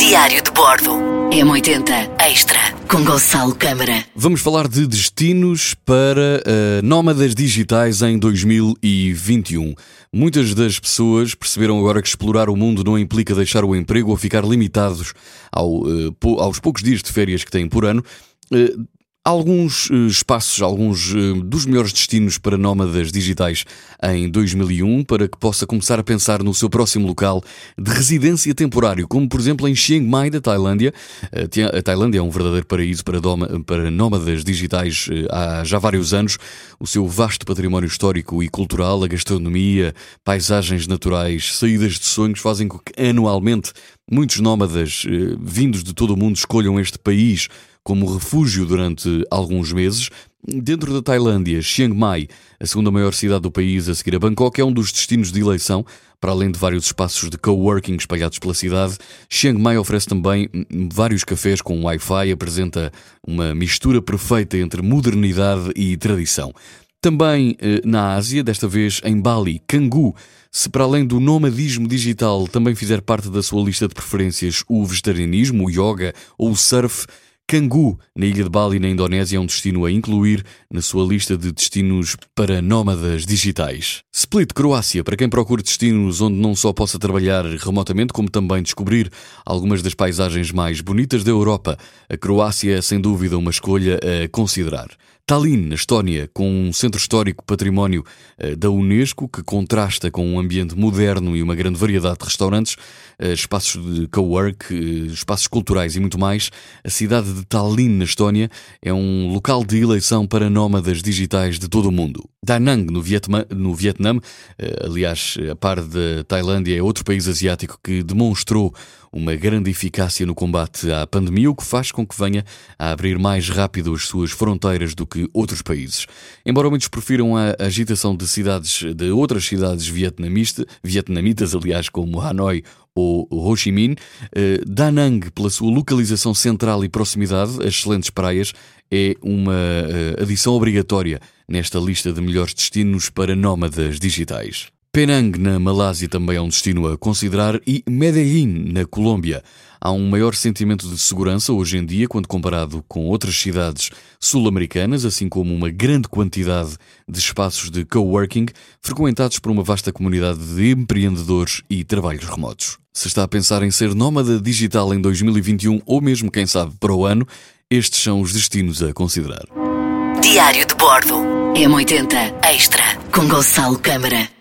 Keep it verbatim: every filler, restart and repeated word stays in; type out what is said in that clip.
Diário de Bordo. M oitenta Extra, com Gonçalo Câmara. Vamos falar de destinos para uh, nómadas digitais em dois mil e vinte e um. Muitas das pessoas perceberam agora que explorar o mundo não implica deixar o emprego ou ficar limitados ao, uh, po- aos poucos dias de férias que têm por ano. Uh, Alguns uh, espaços, alguns uh, dos melhores destinos para nómadas digitais em dois mil e um, para que possa começar a pensar no seu próximo local de residência temporário, como por exemplo em Chiang Mai, da Tailândia. Uh, a Tailândia é um verdadeiro paraíso para, doma, para nómadas digitais uh, há já vários anos. O seu vasto património histórico e cultural, a gastronomia, paisagens naturais, saídas de sonhos fazem com que anualmente muitos nómadas uh, vindos de todo o mundo escolham este país como refúgio durante alguns meses. Dentro da Tailândia, Chiang Mai, a segunda maior cidade do país a seguir a Bangkok, é um dos destinos de eleição. Para além de vários espaços de coworking espalhados pela cidade, Chiang Mai oferece também vários cafés com Wi-Fi, apresenta uma mistura perfeita entre modernidade e tradição. Também eh, na Ásia, desta vez em Bali, Canggu. Se para além do nomadismo digital também fizer parte da sua lista de preferências o vegetarianismo, o yoga ou o surf, Canggu, na ilha de Bali, na Indonésia, é um destino a incluir na sua lista de destinos para nómadas digitais. Split, Croácia, para quem procura destinos onde não só possa trabalhar remotamente, como também descobrir algumas das paisagens mais bonitas da Europa, a Croácia é sem dúvida uma escolha a considerar. Tallinn, na Estónia, com um centro histórico património uh, da Unesco, que contrasta com um ambiente moderno e uma grande variedade de restaurantes, uh, espaços de cowork, uh, espaços culturais e muito mais. A cidade de Tallinn, na Estónia, é um local de eleição para nómadas digitais de todo o mundo. Da Nang, no Vietnã, no Vietnã uh, aliás, a par da Tailândia, é outro país asiático que demonstrou uma grande eficácia no combate à pandemia, o que faz com que venha a abrir mais rápido as suas fronteiras do que outros países. Embora muitos prefiram a agitação de cidades, de outras cidades vietnamista, vietnamitas, aliás, como Hanoi ou Ho Chi Minh, eh, Da Nang, pela sua localização central e proximidade a excelentes praias, é uma eh, adição obrigatória nesta lista de melhores destinos para nómadas digitais. Penang, na Malásia, também é um destino a considerar, e Medellín, na Colômbia. Há um maior sentimento de segurança hoje em dia quando comparado com outras cidades sul-americanas, assim como uma grande quantidade de espaços de coworking frequentados por uma vasta comunidade de empreendedores e trabalhos remotos. Se está a pensar em ser nómada digital em dois mil e vinte e um ou mesmo, quem sabe, para o ano, estes são os destinos a considerar. Diário de Bordo. M oitenta Extra, com Gonçalo Câmara.